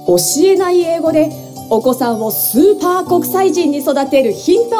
教えない英語でお子さんをスーパー国際人に育てるヒント。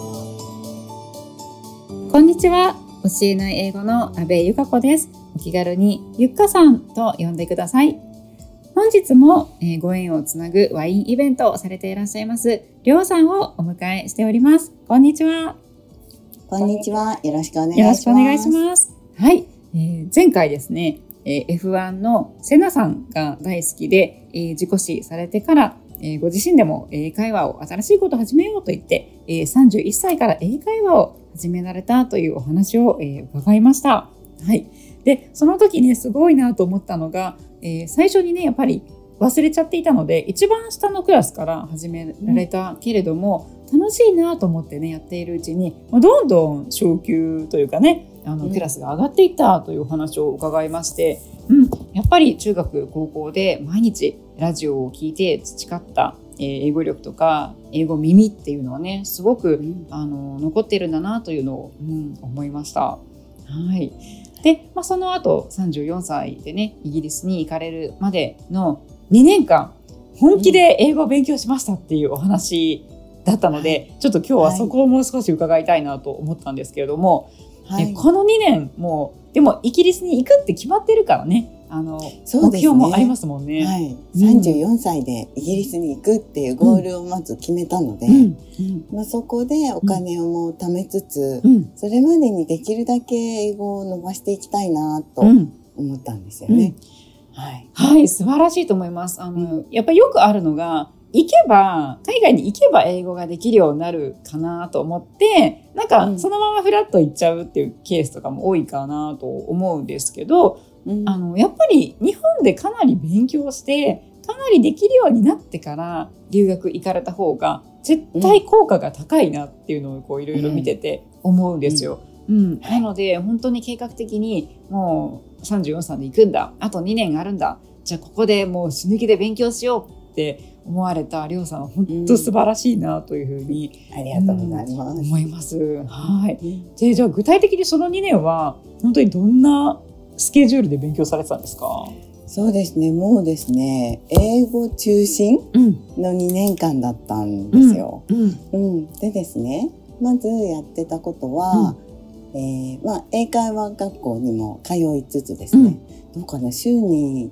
こんにちは。教えない英語の阿部由香子です。お気軽にゆっかさんと呼んでください。本日もご縁をつなぐワインイベントをされていらっしゃいますりょうさんをお迎えしております。こんにちは。 こんにちは。よろしくお願いします。 よろしくお願いします。はい、前回ですね、F1 のセナさんが大好きで、自己誌されてから、ご自身でも英会話を新しいことを始めようと言って、31歳から英会話を始められたというお話を、伺いました。はい。で、その時ね、すごいなと思ったのが、最初にね、やっぱり忘れちゃっていたので、一番下のクラスから始められたけれども、楽しいなと思ってね、やっているうちに、どんどん昇級というかね、クラスが上がっていったというお話を伺いまして、やっぱり中学高校で毎日ラジオを聞いて培った、英語力とか英語耳っていうのはね、すごく、残っているんだなというのを、思いました。はい。で、その後34歳でね、イギリスに行かれるまでの2年間本気で英語を勉強しましたっていうお話だったので、ちょっと今日はそこをもう少し伺いたいなと思ったんですけれども、この2年もでもイギリスに行くって決まってるからね、 そうですね、 目標もありますもんね。 34歳でイギリスに行くっていうゴールをまず決めたので、そこでお金をもう貯めつつ、それまでにできるだけ英語を伸ばしていきたいなと思ったんですよね。 はい、素晴らしいと思います。やっぱりよくあるのが、海外に行けば英語ができるようになるかなと思って、なんかそのままフラッと行っちゃうっていうケースとかも多いかなと思うんですけど、やっぱり日本でかなり勉強してかなりできるようになってから留学行かれた方が絶対効果が高いなっていうのをこういろいろ見てて思うんですよ。なので本当に計画的にもう34歳で行くんだ、あと2年あるんだ、じゃあここでもう死ぬ気で勉強しようって思われたりょうさんは本当素晴らしいなというふうに、 ありがとうございます、 思います。はい。で、じゃあ具体的にその2年は本当にどんなスケジュールで勉強されてたんですか？ そうですね、もうですね、英語中心の2年間だったんですよ。でですね、まずやってたことは、英会話学校にも通いつつですね、どうかな、週に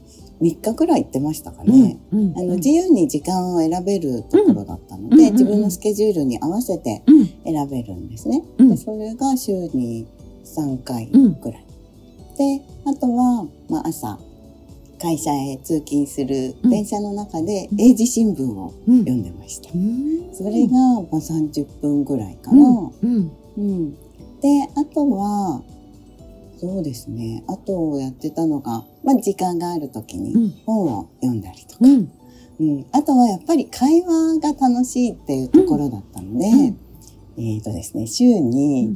3日くらい行ってましたかね。自由に時間を選べるところだったので、自分のスケジュールに合わせて選べるんですね。でそれが週に3回くらい。で、あとは、朝会社へ通勤する電車の中で英字新聞を読んでました。それが30分ぐらいかな。で、あとはそうですね、あとやってたのが、時間がある時に本を読んだりとか、あとはやっぱり会話が楽しいっていうところだったので、ですね、週に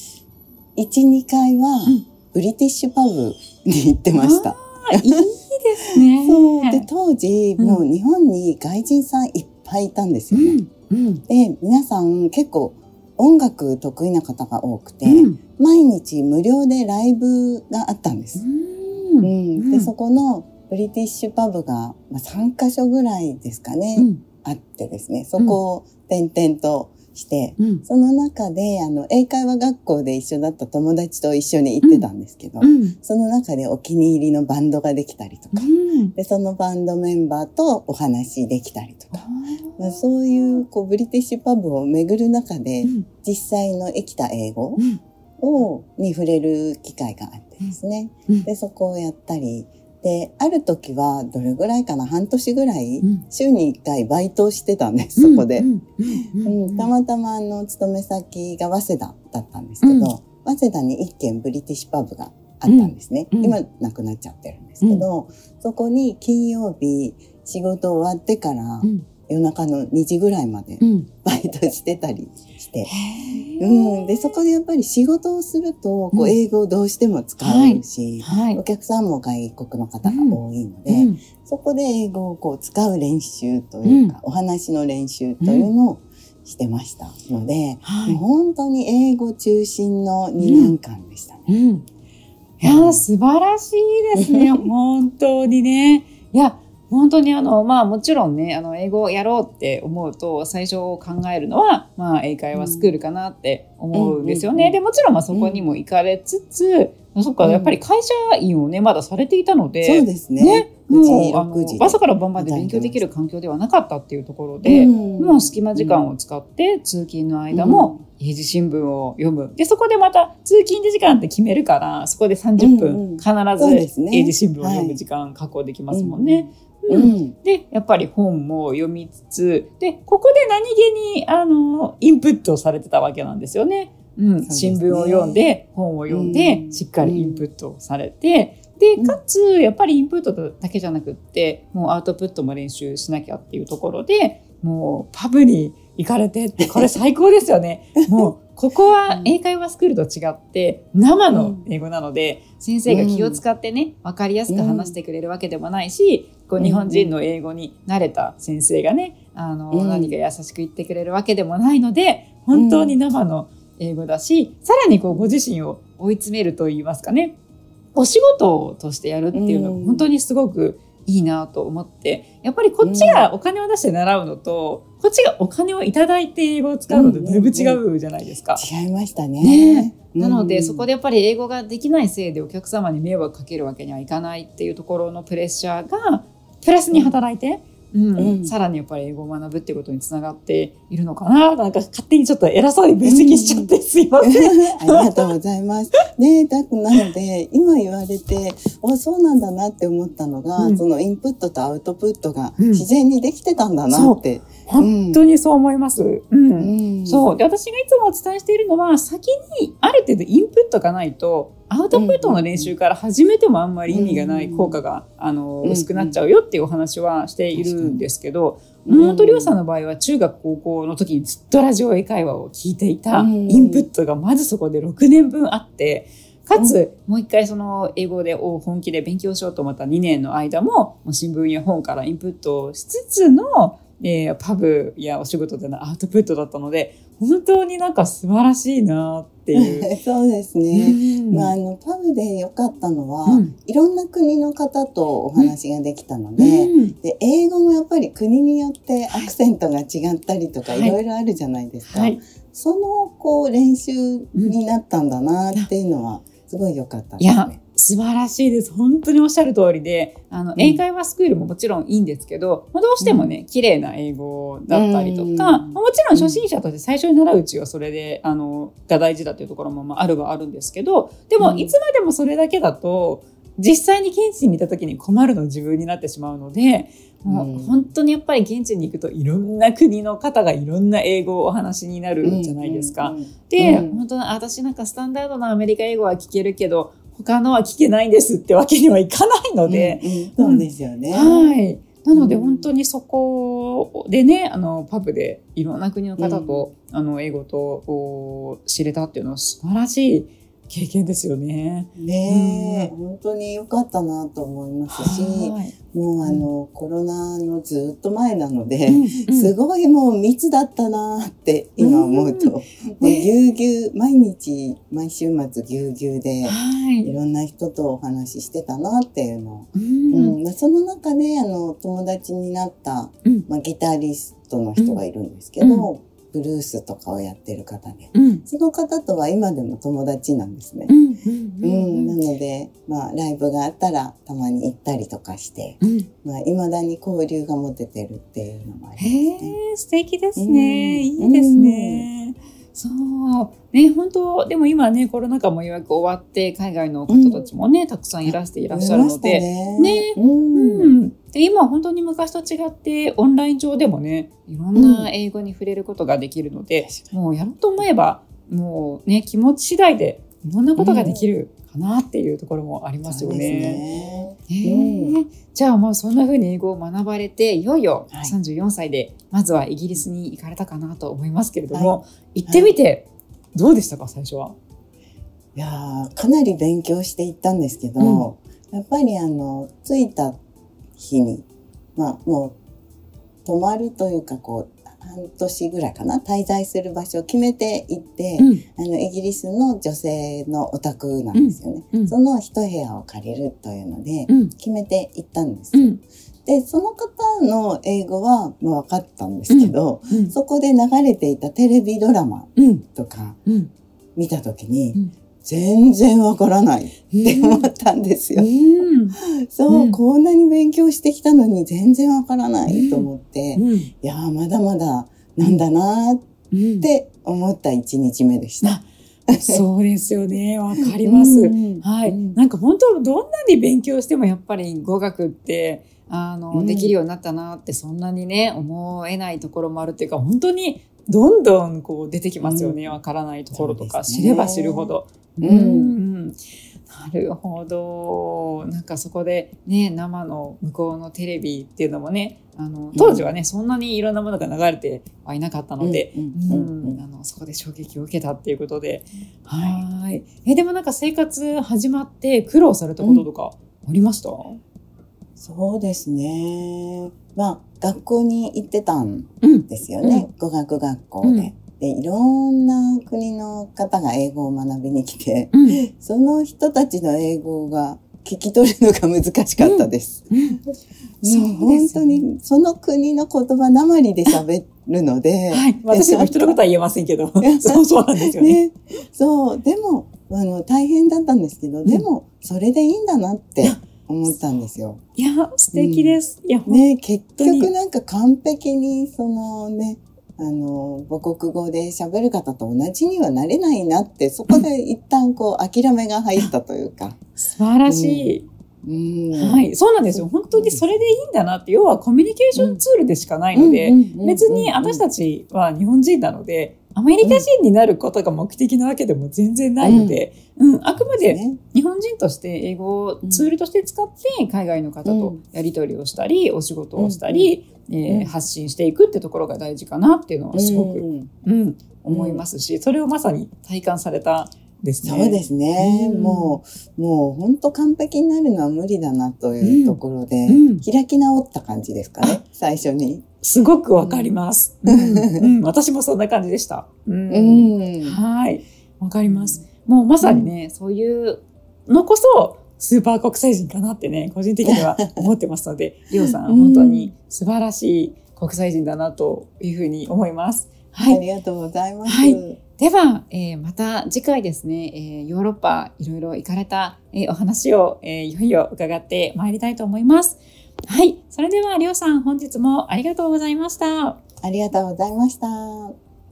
1,2 回はブリティッシュパブに行ってました。 いいですね。 そうで、当時もう日本に外人さんいっぱいいたんですよね。で、皆さん結構音楽得意な方が多くて、毎日無料でライブがあったんです。で、そこのブリティッシュパブが3カ所ぐらいですかね、あってですね、そこを転々として、その中で英会話学校で一緒だった友達と一緒に行ってたんですけど、その中でお気に入りのバンドができたりとか、でそのバンドメンバーとお話できたりとか、そういうブリティッシュパブを巡る中で、実際の生きた英語に触れる機会があってですね、でそこをやったりで、ある時はどれぐらいかな、半年ぐらい週に1回バイトをしてたんです。そこでたまたま勤め先が早稲田だったんですけど、早稲田に1軒ブリティッシュパブがあったんですね。今なくなっちゃってるんですけど、そこに金曜日仕事終わってから夜中の2時ぐらいまでバイトしてたりして、でそこでやっぱり仕事をすると英語をどうしても使うし、お客さんも外国の方が多いので、そこで英語を使う練習というか、お話の練習というのをしてましたので、もう本当に英語中心の2年間でしたね。 いや、素晴らしいですね。本当にね。いや、 本当にもちろんね英語をやろうって思うと最初考えるのは、英会話スクールかなって思うんですよね。でもちろんそこにも行かれつつ、そっかやっぱり会社員をねまだされていたので、 そうですね。 もう朝から晩まで勉強できる環境ではなかったっていうところで、もう隙間時間を使って通勤の間も英字新聞を読む。でそこでまた通勤時間って決めるからそこで30分必ず英字新聞を読む時間確保できますもんね。でやっぱり本も読みつつでここで何気にインプットされてたわけなんですよね。新聞を読んで本を読んでしっかりインプットされて、でかつやっぱりインプットだけじゃなくってもうアウトプットも練習しなきゃっていうところでもうパブに行かれてってこれ最高ですよね。もうここは英会話スクールと違って生の英語なので、先生が気を使ってね分かりやすく話してくれるわけでもないし、こう日本人の英語に慣れた先生がね何か優しく言ってくれるわけでもないので本当に生の英語だし、さらにこうご自身を追い詰めると言いますかね、お仕事としてやるっていうのが本当にすごくいいなと思って、やっぱりこっちがお金を出して習うのと、こっちがお金をいただいて英語を使うのとだいぶ違うじゃないですか。 違いましたね。 なのでそこでやっぱり英語ができないせいでお客様に迷惑かけるわけにはいかないっていうところのプレッシャーがプラスに働いて、さらにやっぱり英語を学ぶっていうことにつながっているのかな。なんか勝手にちょっと偉そうに分析しちゃってすいません。 ありがとうございます。ね、なので今言われてそうなんだなって思ったのが、そのインプットとアウトプットが自然にできてたんだなって。 本当にそう思います。そうで私がいつもお伝えしているのは先にある程度インプットがないとアウトプットの練習から始めてもあんまり意味がない効果が薄くなっちゃうよっていうお話はしているんですけど、本当りょうさんの場合は中学高校の時にずっとラジオ英会話を聞いていたインプットがまずそこで6年分あって、かつもう一回その英語で本気で勉強しようと思った2年の間も新聞や本からインプットをしつつのパブやお仕事でのアウトプットだったので本当になんか素晴らしいなっていうそうですね、パブで良かったのは、いろんな国の方とお話ができたので、で英語もやっぱり国によってアクセントが違ったりとかいろいろあるじゃないですか、その練習になったんだなっていうのはすごい良かったですね。 素晴らしいです。本当におっしゃる通りで、英会話スクールももちろんいいんですけど、どうしてもね、綺麗な英語だったりとか、もちろん初心者として最初に習ううちはそれで、が大事だというところもあるはあるんですけど、でもいつまでもそれだけだと、実際に現地にいた時に困るの自分になってしまうので、もう本当にやっぱり現地に行くといろんな国の方がいろんな英語をお話になるじゃないですか。で、本当に私なんかスタンダードなアメリカ英語は聞けるけど、他のは聞けないんですってわけにはいかないので、 そうですよね。 なので本当にそこでね、パブでいろんな国の方と、英語と知れたっていうのは素晴らしい経験ですよね。 本当に良かったなと思いますし、もうコロナのずっと前なので、すごいもう密だったなって今思うと、ぎゅうぎゅう毎日毎週末ぎゅうぎゅうでいろんな人とお話ししてたなっていうの、その中で友達になった、ギタリストの人がいるんですけど、ブルースとかをやってる方で、その方とは今でも友達なんですね。なので、ライブがあったらたまに行ったりとかして、未だに交流が持ててるっていうのもありますね。 素敵ですね。いいですね。そうね、本当でも今ねコロナ禍もようやく終わって海外の方たちもね、たくさんいらしていらっしゃるのでで今本当に昔と違ってオンライン上でもねいろんな英語に触れることができるので、もうやろうと思えばもうね気持ち次第でいろんなことができるかなっていうところもありますよね。じゃあもうそんな風に英語を学ばれていよいよ34歳でまずはイギリスに行かれたかなと思いますけれども、行ってみてどうでしたか最初は。 いやかなり勉強していったんですけど、やっぱり着いた日にもう泊まるというか半年ぐらいかな滞在する場所を決めて行って、イギリスの女性のお宅なんですよね、その一部屋を借りるというので、決めて行ったんですよ。 で、その方の英語は分かったんですけど、そこで流れていたテレビドラマとか見たときに、全然わからないって思ったんですよ。そう、こんなに勉強してきたのに全然わからないと思って、いやー、まだまだなんだなーって思った1日目でした。 そうですよね。わかります。はい。なんか本当、どんなに勉強してもやっぱり語学って、できるようになったなってそんなにね、思えないところもあるっていうか、本当にどんどんこう出てきますよね。わからないところとか、知れば知るほど。なるほど。なんかそこでね、生の向こうのテレビっていうのもね、当時はね、そんなにいろんなものが流れてはいなかったので、そこで衝撃を受けたっていうことで。はい。でもなんか生活始まって苦労されたこととかありました？ そうですね。学校に行ってたんですよね。語学学校で。で、いろんな国の方が英語を学びに来て、その人たちの英語が聞き取るのが難しかったです。本当にその国の言葉なまりで喋るので、 私も人のことは言えませんけど、そうなんですよね。 そう、でも大変だったんですけど、でもそれでいいんだなって思ったんですよ。 いや、素敵です。いや、 結局なんか完璧にそのね、母国語で喋る方と同じにはなれないなって、そこで一旦こう諦めが入ったというか。 素晴らしい。はい、そうなんですよ。本当にそれでいいんだなって、要はコミュニケーションツールでしかないので、別に私たちは日本人なので、アメリカ人になることが目的なわけでも全然ないので、あくまで日本人として英語をツールとして使って海外の方とやり取りをしたり、お仕事をしたり、発信していくってところが大事かなっていうのはすごく、思いますし、それをまさに体感されたですね。 そうですね。もう本当完璧になるのは無理だなというところで、開き直った感じですかね、最初に。 すごくわかります。私もそんな感じでした。はい。わかります。もうまさにね、そういうのこそスーパー国際人かなってね、個人的には思ってますので、りょうさん、本当に素晴らしい国際人だなというふうに思います。 はい。ありがとうございます。 はい。では、また次回ですね、ヨーロッパいろいろ行かれた、お話を、いよいよ伺ってまいりたいと思います。はい。それでは、りょうさん、本日もありがとうございました。 ありがとうございました。 今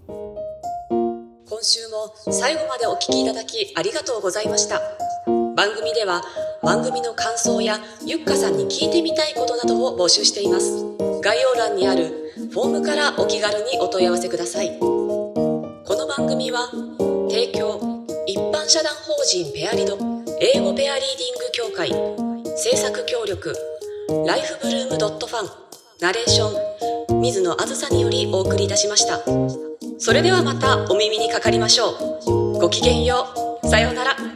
週も最後までお聞きいただきありがとうございました。番組では番組の感想やゆっかさんに聞いてみたいことなどを募集しています。概要欄にあるフォームからお気軽にお問い合わせください。この番組は提供一般社団法人ペアリド英語ペアリーディング協会制作協力ライフブルームドットファンナレーション水野あずさによりお送りいたしました。それではまたお耳にかかりましょう。ごきげんよう。さようなら。